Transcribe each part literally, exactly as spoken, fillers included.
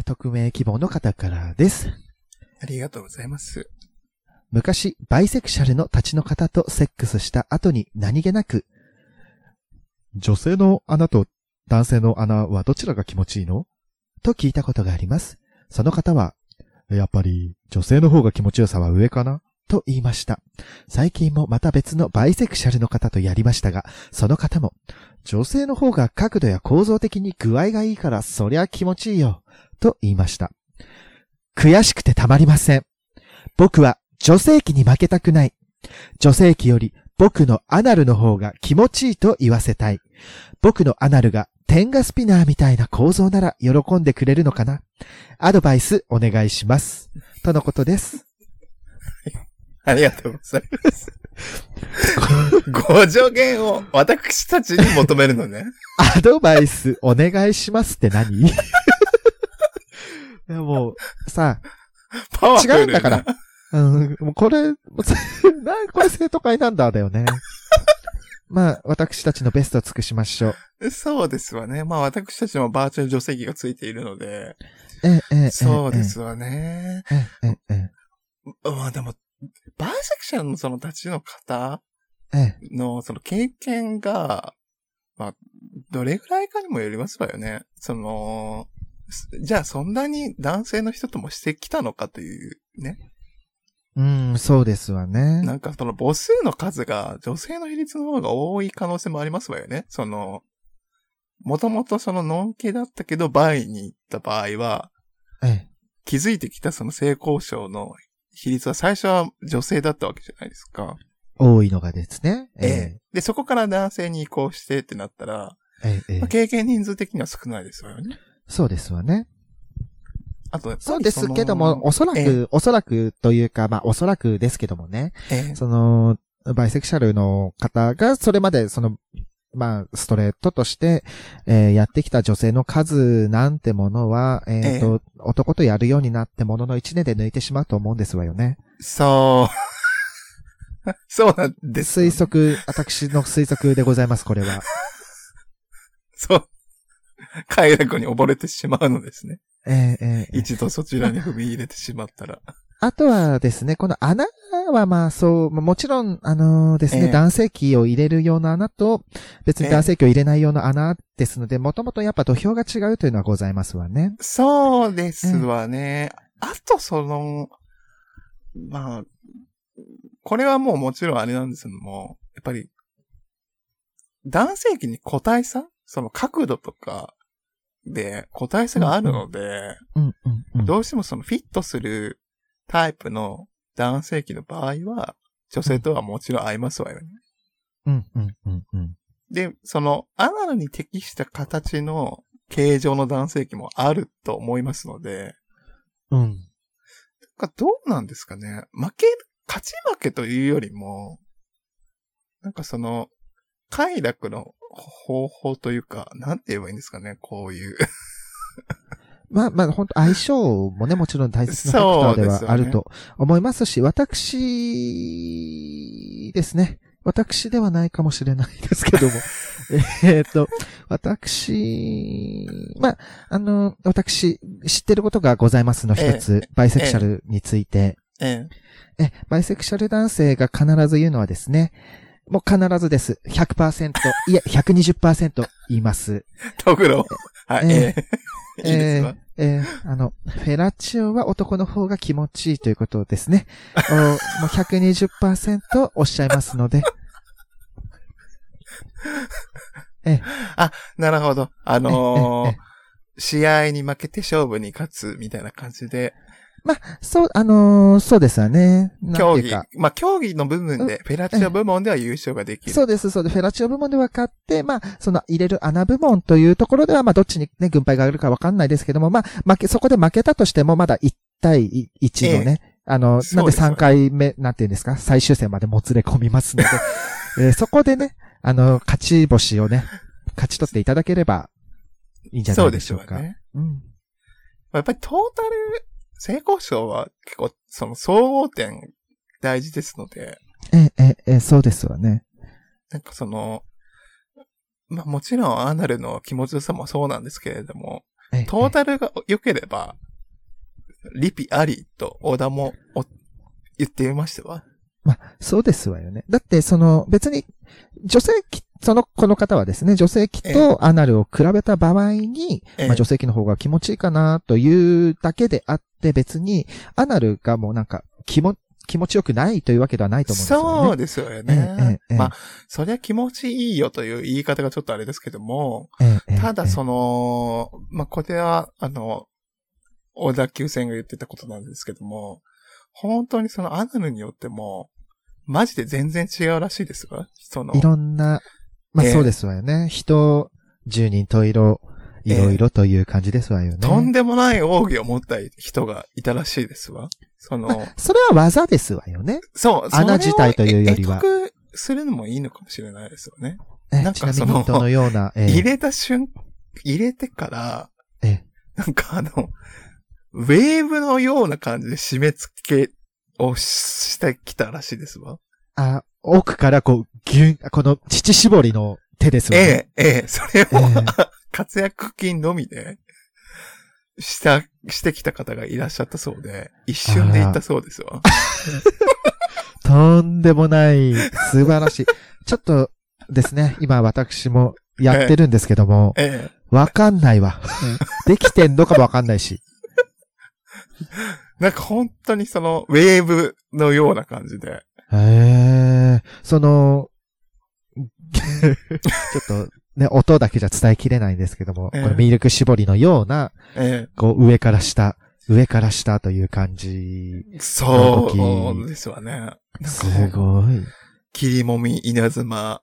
匿名希望の方からです。 ありがとうございます。 昔、バイセクシャルの立ちの方とセックスした後に何気なく、女性の穴と男性の穴はどちらが気持ちいいの？と聞いたことがあります。その方は、やっぱり女性の方が気持ちよさは上かな？と言いました。最近もまた別のバイセクシャルの方とやりましたが、その方も、女性の方が角度や構造的に具合がいいからそりゃ気持ちいいよ、と言いました。悔しくてたまりません。僕は女性器に負けたくない。女性器より僕のアナルの方が気持ちいいと言わせたい。僕のアナルが天下スピナーみたいな構造なら喜んでくれるのかな。アドバイスお願いします。とのことです。 ありがとうございます。ご助言を私たちに求めるのね。 アドバイスお願いしますって何？でもさ、 パワフルな違うんだから。うん、もうこれ、これ生徒会なんだだよね。まあ、私たちのベストを尽くしましょう。そうですわね。まあ、私たちもバーチャル女性器がついているので。 ええ、えそうですわね。 え、ええ、ええ。まあでも、バイセクシャルのその立ちの方のその経験が、まあ、どれぐらいかにもよりますわよね。その、じゃあそんなに男性の人ともしてきたのかというね。 うん、そうですわね。 なんかその母数の数が女性の比率の方が多い可能性もありますわよね。その、もともとそのノンケだったけどバイに行った場合は、 ええ、 気づいてきたその性交渉の比率は最初は女性だったわけじゃないですか。 多いのがですね。 ええ。で、そこから男性に移行してってなったら、 ええ、 まあ、経験人数的には少ないですわよね。 そうですわね。 あと、 そうですけども、おそらく、ええ、おそらくというか、まあ、おそらくですけどもね。ええ、その、バイセクシャルの方が、それまで、その、まあ、ストレートとして、えー、やってきた女性の数なんてものは、えっと、ええ、男とやるようになってものの一年で抜いてしまうと思うんですわよね。 そう。そうなんです、 ね。推測、私の推測でございます、これは。 そう。快楽に溺れてしまうのですね。 えーえー、 一度そちらに踏み入れてしまったら。 あとはですね、この穴はまあそう、もちろん、あのー、ですね、えー、男性器を入れる用の穴と、別に男性器を入れない用の穴ですので、もともとやっぱ土俵が違うというのはございますわね。 そうですわね。えー、あとその、まあ、これはもうもちろんあれなんですけども、やっぱり、男性器に個体差？その角度とかで個体差があるので、 うんうんうんうん、 どうしてもそのフィットするタイプの男性器の場合は、女性とはもちろん合いますわよね。 うんうんうんうん、 で、そのアナルに適した形の形状の男性器もあると思いますので、 うん。 どうなんですかね。負け、勝ち負けというよりも、なんかその、快楽の方法というか、なんて言えばいいんですかね、こういう。 まあまあ、本当相性もね、もちろん大切なファクターではあると思いますし、私ですね。私ではないかもしれないですけども。えっと、私、まあ、あの、私、知ってることがございますの一つ、バイセクシャルについて。 えええ、バイセクシャル男性が必ず言うのはですね、もう必ずです。ひゃくパーセント、いや、ひゃくにじゅっパーセント 言います。 とぐろ。はい、えー、いいですか、 えー、あの、フェラチオは男の方が気持ちいいということですね。おもう ひゃくにじゅっパーセント おっしゃいますので。 えあ、なるほど。あのー、試合に負けて勝負に勝つみたいな感じで。 まあ、そう、あのー、そうですよね。 競技。まあ、競技の部分で、フェラチオ部門では優勝ができる。 そうです、そうです。フェラチオ部門では勝って、まあ、その入れる穴部門というところでは、まあ、どっちにね、軍配が上がるかわかんないですけども、まあ、負け、そこで負けたとしても、まだいち対いちのね、ええ、あの、なんでさんかいめ、なんていうんですか、最終戦までもつれ込みますので、えー、そこでね、あの、勝ち星をね、勝ち取っていただければいいんじゃないでしょうか。そうですよね。うん。 やっぱりトータル、性交渉は結構、その総合点大事ですので。 ええ、ええ、そうですわね。 なんかその、まあもちろんアナルの気持ちよさもそうなんですけれども、 ええトータルが良ければ、リピありと小田もお言っていましたわ。 まあ、そうですわよね。だって、その、別に、女性器、その、この方はですね、女性器とアナルを比べた場合に、 ええまあ、女性器の方が気持ちいいかなというだけであって、別に、アナルがもうなんか、気も、気持ちよくないというわけではないと思うんですよね。 そうですよね。 ええええまあ、そりゃ気持ちいいよという言い方がちょっとあれですけども、 ええただその、 の、まあ、これは、あの、小田急線が言ってたことなんですけども、本当にそのアナルによっても、マジで全然違うらしいですわ。その、 いろんな、まあ、 ええそうですわよね。人、十人十色、いろいろという感じですわよね。 とんでもない奥義を持った人がいたらしいですわ。その、 まあそれは技ですわよね。 そう、 穴自体というよりはそれを得得するのもいいのかもしれないですよね。 えなんちなみに、 かそのどのような、ええ入れた瞬、入れてから、 ええなんかあの、ウェーブのような感じで締め付けをしてきたらしいですわ。 あ、奥からこう、ギュン、この乳絞りの手ですわね。 ええ、ええ、それを、 ええ活躍筋のみで、した、してきた方がいらっしゃったそうで、一瞬で言ったそうですわ。 とんでもない、素晴らしい。ちょっとですね、今私もやってるんですけども、 ええ。 わかんないわ。できてんのかもわかんないし。 なんか本当にその、ウェーブのような感じで。 へえ、その、ちょっとね、音だけじゃ伝えきれないんですけども、 ええこのミルク絞りのような、 えこう上から下、上から下という感じ。 え。そうですわね。なんかすごい。 切りもみ稲妻、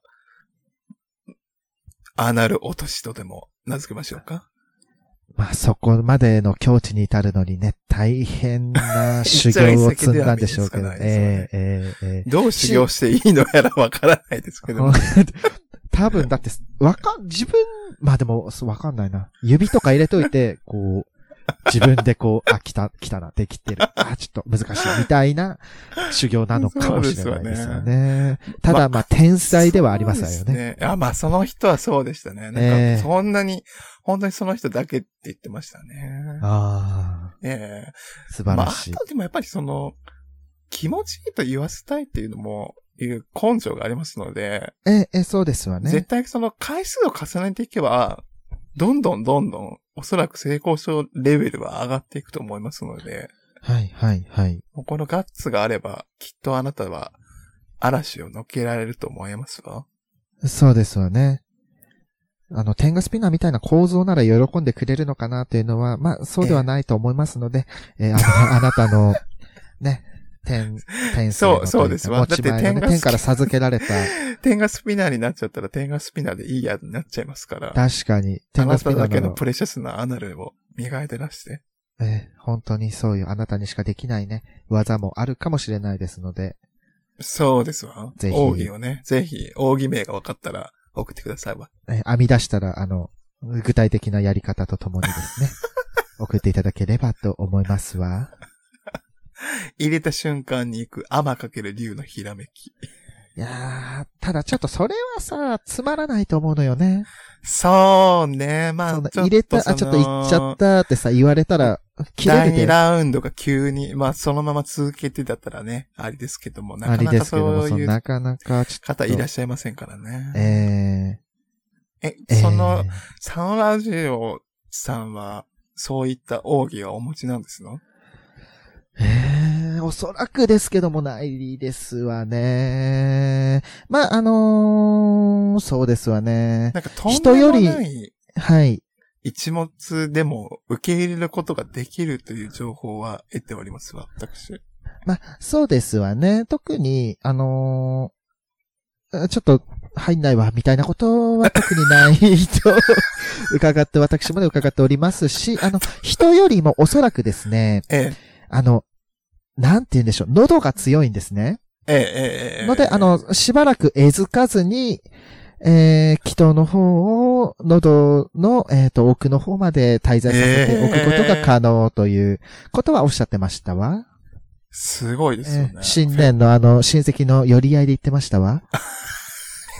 アナル落としとでも名付けましょうか。 まあそこまでの境地に至るのにね、大変な修行を積んだんでしょうけど、 一朝一夕では身につかないですよねええええええどう修行していいのやらわからないですけども。 多分、だって、わかん、自分、まあでも、そうわかんないな。指とか入れといて、こう、自分でこう、あ、来た、来たな、できてる。あ、ちょっと難しい、みたいな修行なのかもしれないですよね。ただ、まあ、天才ではありますわよそうですね。 ね。あ、まあ、その人はそうでしたね。なんええか、そんなに、本当にその人だけって言ってましたね。 ああ、 ええ素まあ、あ晴らしい。 とでもやっぱりその、気持ちいいと言わせたいっていうのも、いう根性がありますので、 ええ、ええ、そうですわね。 絶対その回数を重ねていけば、どんどんどんどん、おそらく成功症レベルは上がっていくと思いますので、 はい、はい、はい。 もうこのガッツがあれば、きっとあなたは嵐を乗っけられると思いますわ。 そうですわね。あの、天下スピナーみたいな構造なら喜んでくれるのかなというのは、まあ、そうではないと思いますので、えーあの、あなたの、ね、天、天性のといかそうそうですわ持ち前のね、 だって天下天から授けられた、 天下スピナーになっちゃったら天下スピナーでいいやになっちゃいますから。 確かに、 あな天下スピナただけのーの、 プレシャスなアナルを磨いてらして。 えー本当にそういうあなたにしかできないね、技もあるかもしれないですので、 そうですわ。 ぜひ奥義をね、ぜひ、奥義名が分かったら送ってくださいわ。 えー編み出したら、あの、具体的なやり方とともにですね、送っていただければと思いますわ。 入れた瞬間に行く天かける竜のひらめき。 いやー、ただちょっとそれはさ、つまらないと思うのよね。 そうね、まあ、 そのちょっと入れた、あ、ちょっと行っちゃったってさ、言われたら、切れ第二るで。 ラウンドが急に、まあ、そのまま続けてだったらね、ありですけども、なありかなかですけども、 そいうそうのなかなかちょっと。 方いらっしゃいませんからね。 ええ、 ー、 その、 えーサノラジオさんは、そういった奥義はお持ちなんですの？ えー、おそらくですけどもないですわね。まあ、あのー、そうですわね。 なんかとんでもないはい。 一物でも受け入れることができるという情報は得ておりますわ、私。 まあ、そうですわね。特に、あのー、ちょっと入んないわ、みたいなことは特にないと伺って、私もね、伺っておりますし、あの、人よりもおそらくですね、 ええ、 あの、なんて言うんでしょう、喉が強いんですね。 ええ、ええ、ええ。 ので、あの、しばらくえずかずに、えー、気筒の方を、喉の、えっ、と、奥の方まで滞在させておくことが可能ということはおっしゃってましたわ。 すごいですよね。 えー新年のあの、親戚の寄り合いで言ってましたわ。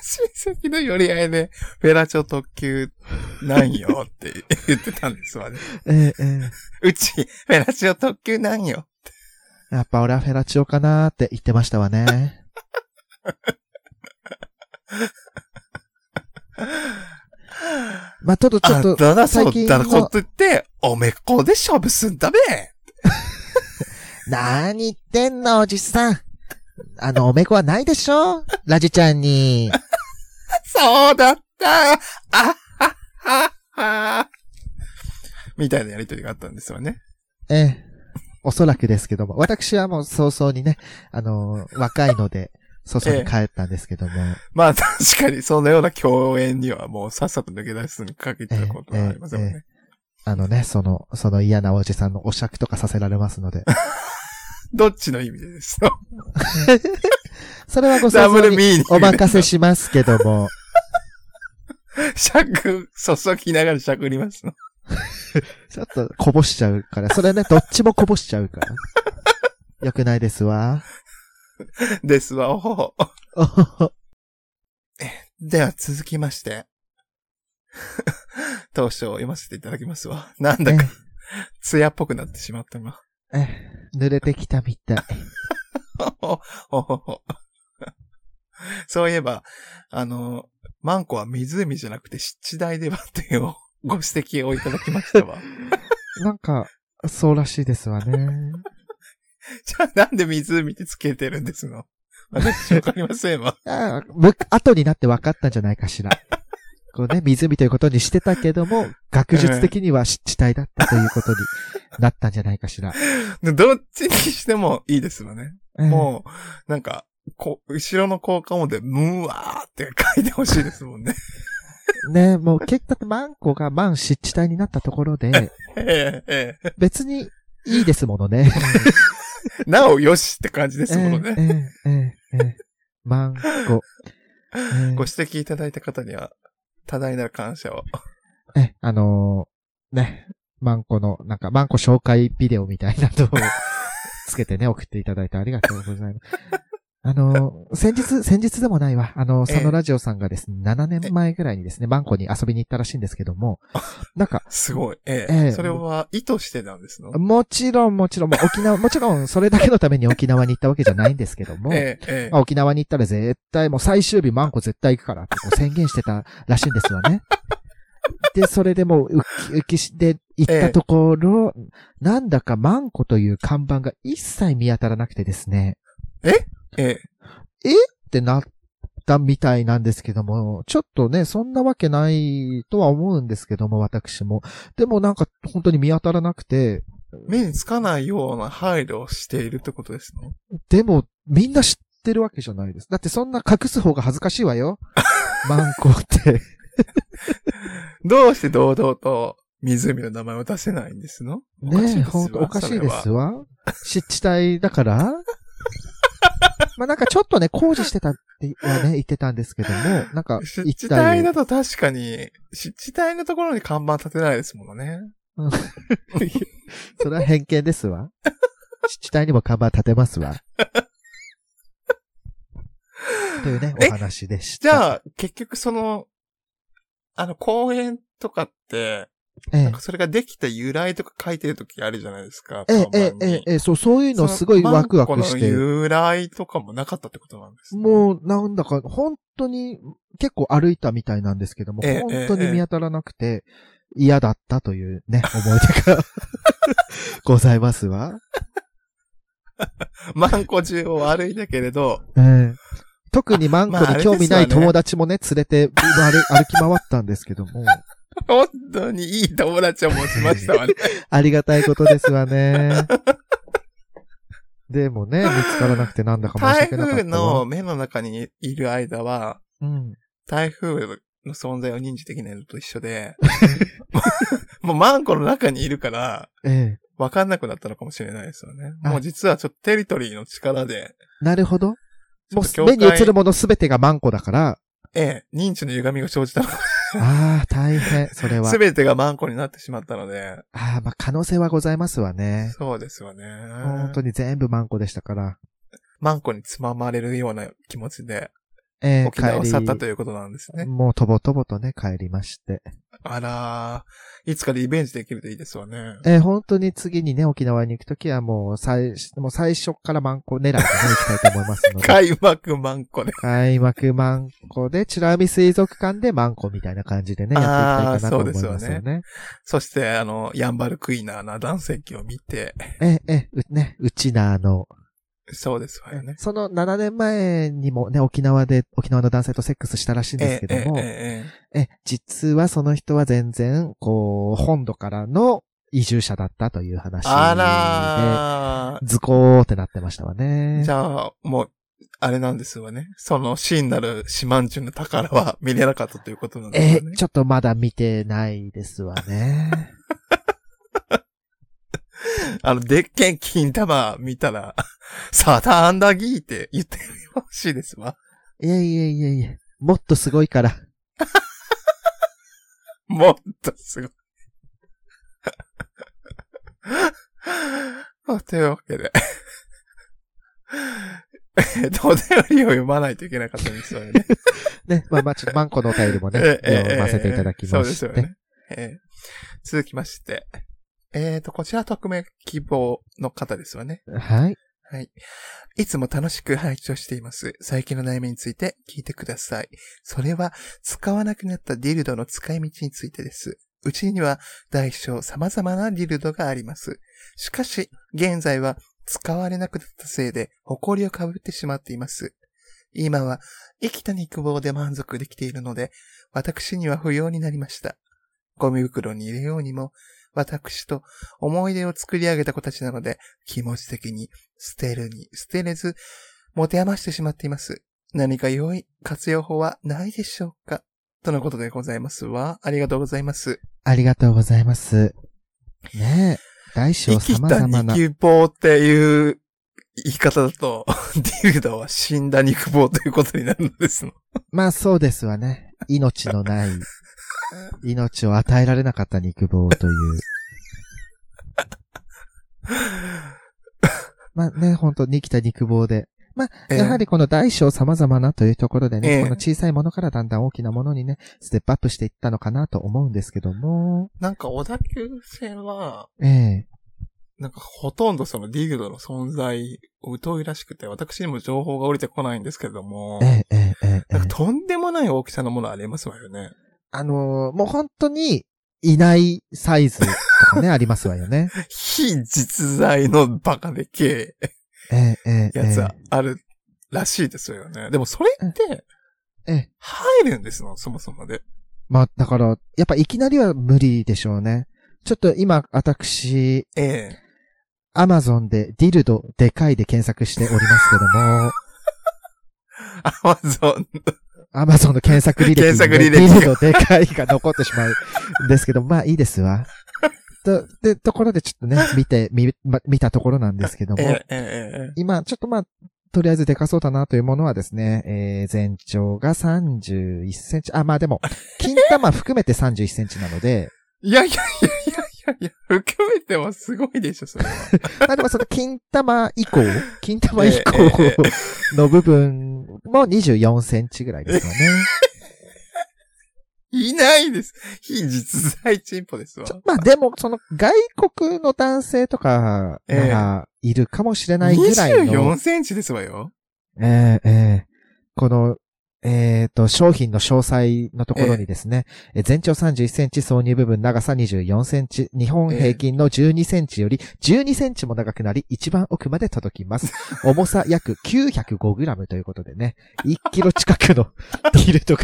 親戚の寄り合いで、フェラチオ特急なんよって言ってたんですわね。 ええ、ええ。 うち、フェラチオ特急なんよ。 やっぱ俺はフェラチオかなーって言ってましたわね。まあ、ちょっとちょっと、 だだそう最近だこの、 と言って、おめっこで勝負すんだべ。 なーに言ってんの、おじさん。あの、おめこはないでしょラジちゃんに。 そうだったあはははみたいなやりとりがあったんですよね。 ええ。おそらくですけども。私はもう早々にね、あの、若いので、早々に帰ったんですけども。ええ、 まあ確かにそのような共演にはもうさっさと抜け出すにかけてたことはありますよね。 ええええ、あのね、その、その嫌なおじさんのお酌とかさせられますので。 どっちの意味でですかそれはご想像にお任せしますけども。 尺、注ぎながら尺りますの。 ちょっとこぼしちゃうから。それね、どっちもこぼしちゃうから。よくないですわ。 ですわ、おほほ。 おほほ。 では続きまして。当初読ませていただきますわ。なんだか、艶っぽくなってしまったな。 え、濡れてきたみたい。 ほほほ。そういえば、あの、マンコは湖じゃなくて湿地帯ではっていうご指摘をいただきましたわ。 なんか、そうらしいですわね。 じゃあなんで湖ってつけてるんですの？私わかりませんわ。 ああ、後になって分かったんじゃないかしら。こうね、湖ということにしてたけども、学術的には湿地帯だったということになったんじゃないかしら。 どっちにしてもいいですわね。 えー、 もう、なんか、こ後ろの効果音で、ムワーって書いてほしいですもんね。 ね、もう結果マンコがマン湿地帯になったところで、 えええ、 別にいいですものね。 なおよしって感じですものね。 ええええええ、マンコ、 えー。ご指摘いただいた方には、多大なる感謝を。 え、あのー、ね、マンコの、なんか、マンコ紹介ビデオみたいなのをつけてね、送っていただいてありがとうございます。あのー、先日、先日でもないわ。あのー、佐野ラジオさんがですね、ななねんまえぐらいにですね、マンコに遊びに行ったらしいんですけども、なんか、 すごい。ええ。 ええ、 それは意図してなんですの？ もちろん、もちろん、沖縄、もちろん、それだけのために沖縄に行ったわけじゃないんですけども、 ええええ、 まあ、沖縄に行ったら絶対、もう最終日マンコ絶対行くからってこう宣言してたらしいんですわね。で、それでもう、浮きしで行ったところ、ええ、なんだかマンコという看板が一切見当たらなくてですね。 ええええってなったみたいなんですけども、ちょっとね、そんなわけないとは思うんですけども、私も。でもなんか本当に見当たらなくて。 目につかないような配慮をしているってことですね。 でも、みんな知ってるわけじゃないです。だってそんな隠す方が恥ずかしいわよ。マンコって。どうして堂々と湖の名前を出せないんですの？ ねえ、ほんとおかしいですわ。湿地帯だからまあなんかちょっとね、工事してたってはね、言ってたんですけども、なんか、 湿地帯だと確かに、湿地帯のところに看板立てないですものね。 それは偏見ですわ。湿地帯にも看板立てますわ。というね、お話でした。 じゃあ、結局その、あの、公園とかって、ええ、なんかそれができた由来とか書いてるときあるじゃないですか。 ええ、ええ、ええ、そう、そういうのすごいワクワクして。 マンコの由来とかもなかったってことなんですね。 もう、なんだか、本当に、結構歩いたみたいなんですけども、ええ、本当に見当たらなくて、ええ、嫌だったというね、思い出がございますわ。 マンコ中を歩いたけれど、 ええ、特にマンコに興味ない友達もね、連れて歩き回ったんですけども。 本当にいい友達を持ちましたわね。 ありがたいことですわね。でもね、見つからなくてなんだか申し訳なかったわ。 台風の目の中にいる間は、 うん、 台風の存在を認知できないのと一緒で、もうマンコの中にいるから、ええ、分かんなくなったのかもしれないですよね。もう実はちょっとテリトリーの力で。 なるほど。もう目に映るものすべてがマンコだから。 ええ、認知の歪みが生じたの。 ああ、大変、それは。 すべてがマンコになってしまったので。 ああ、まあ可能性はございますわね。 そうですわね。 本当に全部マンコでしたから。 マンコにつままれるような気持ちで、 えー、 沖縄を去った帰りということなんですね。 もうとぼとぼとね、帰りまして。 あらー、いつかリベンジできるといいですわね。 えー、本当に次にね、沖縄に行くときはもう最、もう最初からマンコ狙いでね、行きたいと思いますので。 開幕マンコで。 開幕マンコで、美ら海水族館でマンコみたいな感じでね、やっていきたいかなと思いますよね。 そうですよね。そして、あの、ヤンバルクイナーな男性器を見て。 え、え、う、ね、うちなあの、 そうですわよね。 そのななねんまえにもね、沖縄で、沖縄の男性とセックスしたらしいんですけども、 え、え、え、 え、え、実はその人は全然、こう、本土からの移住者だったという話で、 あらー。 ズコーってなってましたわね。 じゃあ、もう、あれなんですわね。その真なる四万十の宝は見れなかったということなんですよね。 え、ちょっとまだ見てないですわね。 あの、でっけん金玉見たら、サターアンダギーって言ってほしいですわ。 いやいやいやいや、もっとすごいから。 もっとすごい。というわけで。お便りを読まないといけなかったんですよね。 ね、まあまあ、ちょっとマンコのお便りもね、読ませていただきまして。そうですよね。 えー、続きまして。えーと、こちら匿名希望の方ですわね。 はい。 はい。いつも楽しく拝聴しています。最近の悩みについて聞いてください。それは、使わなくなったディルドの使い道についてです。うちには大小様々なディルドがあります。しかし、現在は使われなくなったせいで、埃をかぶってしまっています。今は、生きた肉棒で満足できているので、私には不要になりました。ゴミ袋に入れようにも、私と思い出を作り上げた子たちなので、気持ち的に捨てるに捨てれず、持て余してしまっています。何か良い活用法はないでしょうか、とのことでございますわ。ありがとうございます。 ありがとうございます。ねえ、大小様々な。 生きた肉棒っていう言い方だと、ディルドは死んだ肉棒ということになるのですの。 まあそうですわね。命のない。命を与えられなかった肉棒という。まあね、本当に生きた肉棒で。まあ、えー、やはりこの大小様々なというところでね、えー、この小さいものからだんだん大きなものにね、ステップアップしていったのかなと思うんですけども。 なんか小田急線は、 ええー、 なんかほとんどそのディルドの存在を疎いらしくて、私にも情報が降りてこないんですけれども。 ええー、ええー、ええー。 なんかとんでもない大きさのものありますわよね。 あのー、もう本当にいないサイズとかね、ありますわよね。 非実在のバカでけえ、ええ、 やつはあるらしいですよね。でもそれって、 え、 入るんですの、そもそもで。 まあ、だから、やっぱいきなりは無理でしょうね。ちょっと今、私、 ええ。 アマゾンでディルドでかいで検索しておりますけども。 アマゾンアマゾンの検索履歴に、ね、 検索履歴ディルドでかいが残ってしまうんですけど、まあいいですわ。と、で、ところでちょっとね、見て、見、ま、見たところなんですけども。 ええええ、 今、ちょっとまあ、とりあえずでかそうだなというものはですね、えー、全長がさんじゅういっセンチ。あ、まあでも、金玉含めてさんじゅういっセンチなので。 いやいやいやいやいや、含めてもすごいでしょ、それは。 まあでもその金玉以降、金玉以降の部分もにじゅうよんセンチぐらいですよね。 いないです。非実在チンポですわ。 まあでも、その外国の男性とかならいるかもしれないぐらいの。 にじゅうよんセンチですわよ。 ええええこの、えっと、商品の詳細のところにですね、え全長さんじゅういっセンチ、挿入部分長さにじゅうよんセンチ、日本平均のじゅうにセンチよりじゅうにセンチも長くなり、一番奥まで届きます。重さ約きゅうひゃくごグラムということでね、いちキロ近くのディルドが。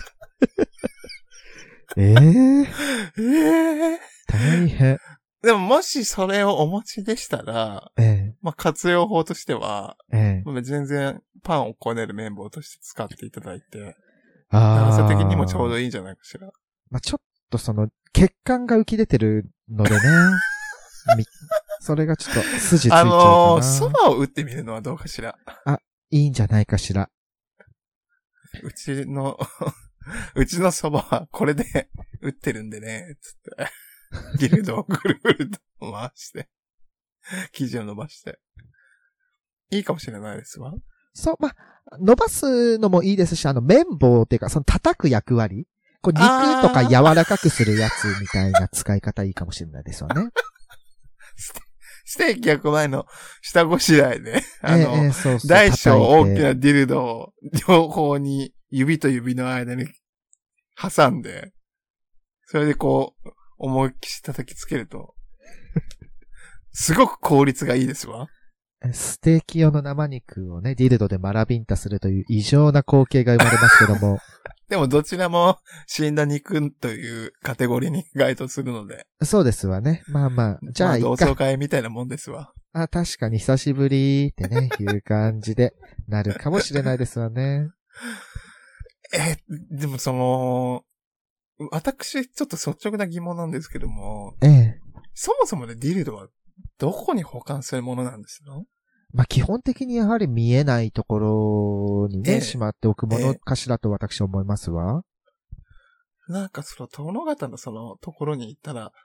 ええー、 ええー、 大変。 でももしそれをお持ちでしたら、 ええ、 まあ活用法としては、 ええ、 まあ、全然パンをこねる綿棒として使っていただいて、 あ長さ的にもちょうどいいんじゃないかしら。 まあちょっとその血管が浮き出てるのでね、それがちょっと筋ついちゃうかな。 あのー、そばを打ってみるのはどうかしら。 あ、いいんじゃないかしら。 うちのうちのそばはこれで打ってるんでね、つって。ギルドをぐるぐると回して、生地を伸ばして。いいかもしれないですわ。 そう、まあ、伸ばすのもいいですし、あの、綿棒っていうか、その叩く役割こう肉とか柔らかくするやつみたいな使い方いいかもしれないですよね。 ステーキ焼く前の下ごしらえで、あの、 ええそうそう大小大きなディルドを両方に指と指の間に挟んで、それでこう、思いっきし叩きつけると、すごく効率がいいですわ。 ステーキ用の生肉をね、ディルドでマラビンタするという異常な光景が生まれますけども。 でもどちらも死んだ肉というカテゴリーに該当するので。 そうですわね。まあまあ、じゃあいいか。 まあ、同窓会みたいなもんですわ。 あ、確かに久しぶりってね、いう感じでなるかもしれないですわね。 え、でもその、私ちょっと率直な疑問なんですけども、 ええ。 そもそもでディルドはどこに保管するものなんですの？ まあ基本的にやはり見えないところにね、 ええしまっておくものかしらと私は思いますわ。 なんかその殿方のそのところに行ったら、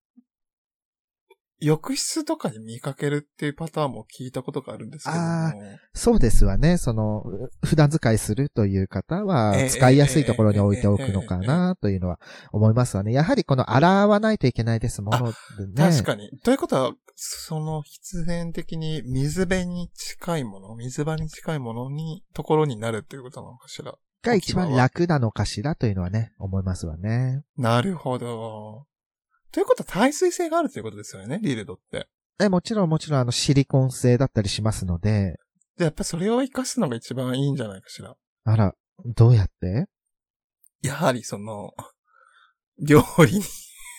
浴室とかに見かけるっていうパターンも聞いたことがあるんですけども。 あそうですわね。その、普段使いするという方はええ使いやすいところに置いておくのかなというのは思いますわね。やはりこの洗わないといけないですものでね。 確かに。ということは、その必然的に水辺に近いもの、水場に近いものに、ところになるっていうことなのかしら。 が一番楽なのかしらというのはね、思いますわね。 なるほど。ということは耐水性があるということですよね、ディルドって。 え、もちろんもちろんあのシリコン製だったりしますので。 で、やっぱそれを活かすのが一番いいんじゃないかしら。 あら、どうやってやはりその、料理に。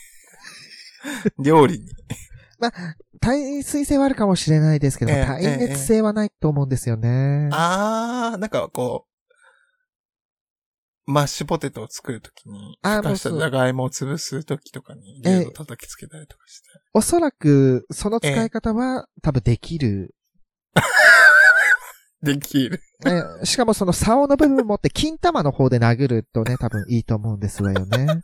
料理に。 まあ、耐水性はあるかもしれないですけど、 ええ耐熱性はないと思うんですよね。 あー、なんかこう、マッシュポテトを作るときに、ふかしたじゃがいもを潰すときとかに、ディルド叩きつけたりとかして。 おそらく、その使い方は多分できる。 できる。 えしかもその竿の部分を持って金玉の方で殴るとね、多分いいと思うんですわよね。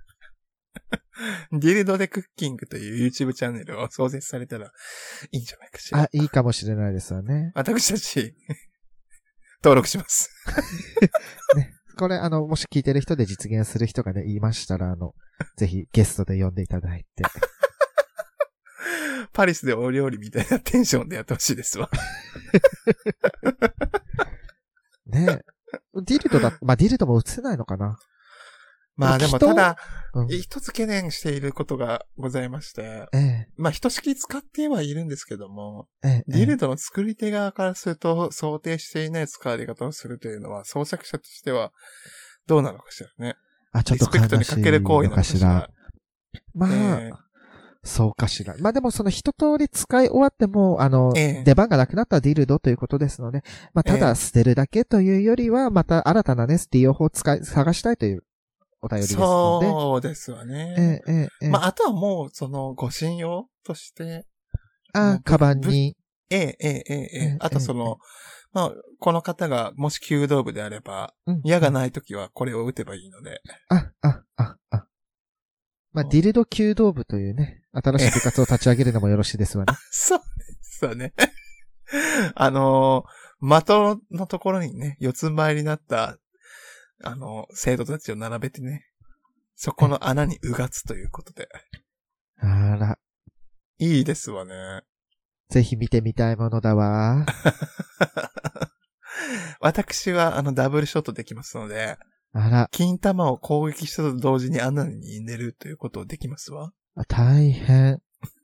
ディルドでクッキングという YouTube チャンネルを創設されたらいいんじゃないかしら。 あ、いいかもしれないですわね。 私たち、登録します。 ね。これ、あの、もし聞いてる人で実現する人がね、言いましたら、あの、ぜひゲストで呼んでいただいて。 パリスでお料理みたいなテンションでやってほしいですわ。 ねディルドだ、まあ、ディルドも映せないのかな。 まあでもただ、 うん、 一つ懸念していることがございまして、 ええ、 まあ、ひとしきり使ってはいるんですけども、 ええ、 ディルドの作り手側からすると想定していない使われ方をするというのは、創作者としてはどうなのかしらね。 あ、ちょっと悲しいのかしら。リスペクトに欠ける行為なのかしら。まあ、えー、 そうかしら。まあでもその一通り使い終わっても、あの、 えー、 出番がなくなったディルドということですので、まあただ捨てるだけというよりは、また新たなね、利用法を使い、探したいというお便りですので。 そうですわね。 ええええ、 まあ、あとはもう、その、ご信用として。 ああ、カバンに。 ええ、ええ、ええ、ええ。あとその、まあ、この方がもし弓道部であれば、矢がないときはこれを打てばいいので。 あ、あ、あ、あ。まあ、ディルド弓道部というね、新しい部活を立ち上げるのもよろしいですわね。 そうですわね。あのー、的のところにね、四つん這いになった、あの、生徒たちを並べてね、そこの穴にうがつということで。 あら。 いいですわね。 ぜひ見てみたいものだわ。 私は、あの、ダブルショットできますので、 あら。 金玉を攻撃したと同時に穴に入れるということをできますわ。 大変。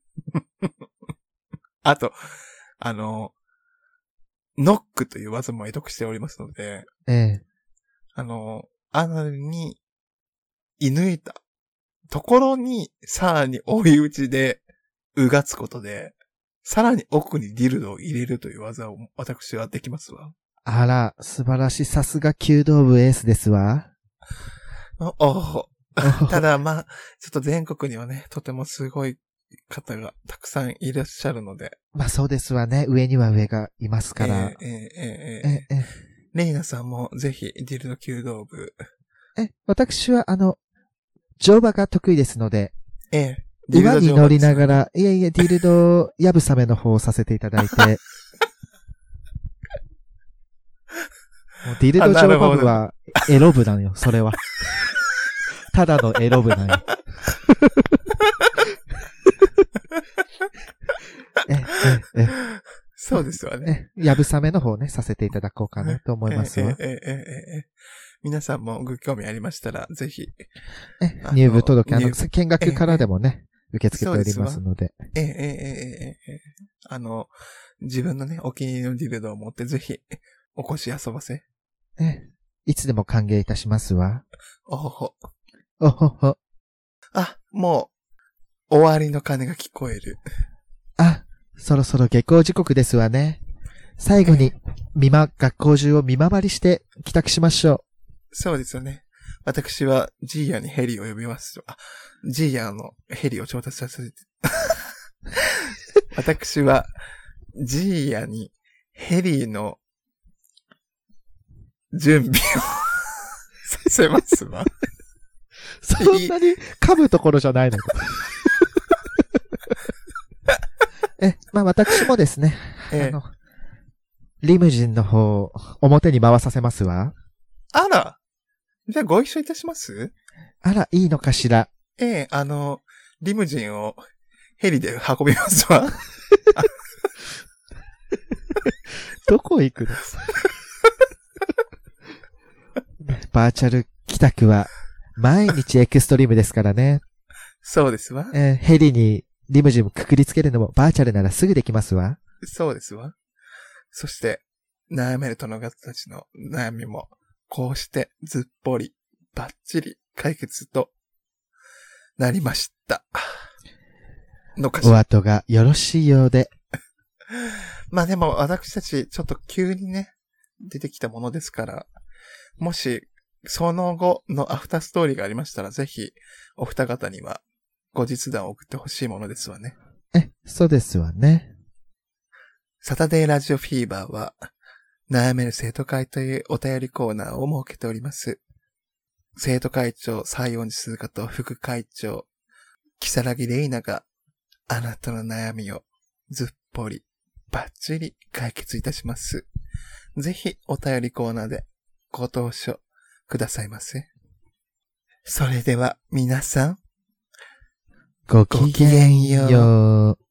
あと、あの、ノックという技も得得しておりますので、 ええ。 あの、穴に射抜いたところにさらに追い打ちでうがつことで、さらに奥にディルドを入れるという技を私はできますわ。 あら、素晴らしい。さすが弓道部エースですわ。 おおただまあ、ちょっと全国にはね、とてもすごい方がたくさんいらっしゃるので。 まあそうですわね。上には上がいますから。 ええええええええ。レイナさんもぜひディルド弓道部。 え、私はあの、乗馬が得意ですので。 ええ。 馬に乗りながら、いやいや、ディルドやぶさめの方をさせていただいて。 もうディルド乗馬部はエロ部なのよ、それは。ただのエロ部なのよ。え、え、え。 そうですわね。 やぶさめの方ね、させていただこうかなと思いますわ。 え、え、え、え、え、皆さんもご興味ありましたら、ぜひ。 え、入部届、あの、見学からでもね、受け付けておりますので。 え、え、え、え、え、あの、自分のね、お気に入りのディルドを持って、ぜひ、お越し遊ばせ。 え、いつでも歓迎いたしますわ。 おほほ。 おほほ。 あ、もう、終わりの鐘が聞こえる。 あ、そろそろ下校時刻ですわね。最後に、見ま、学校中を見回りして帰宅しましょう。そうですよね。私はジーヤにヘリを呼びますあ、ジーヤのヘリを調達させて。私はジーヤにヘリの準備をさせますわ。 そんなに噛むところじゃないのか。え、まあ私もですね、ええ、あの、リムジンの方、表に回させますわ。 あら、じゃあご一緒いたします？ あら、いいのかしら。 ええ、あの、リムジンをヘリで運びますわ。 どこ行くの？バーチャル帰宅は毎日エクストリームですからね。 そうですわ。 えー、ヘリにリムジンをくくりつけるのもバーチャルならすぐできますわ。 そうですわ。そして、悩める殿方たちの悩みも、こうしてずっぽり、バッチリ解決となりました。のかしら。 お後がよろしいようで。 まあでも私たちちょっと急にね、出てきたものですから、もし、その後のアフターストーリーがありましたら、ぜひ、お二方には、後日談を送ってほしいものですわね。 え、そうですわね。 サタデーラジオフィーバーは、悩める生徒会というお便りコーナーを設けております。生徒会長、西園寺鈴鹿と副会長、木更木玲奈があなたの悩みをずっぽりバッチリ解決いたします。ぜひお便りコーナーでご投書くださいませ。それでは皆さん、 ごきげんよう。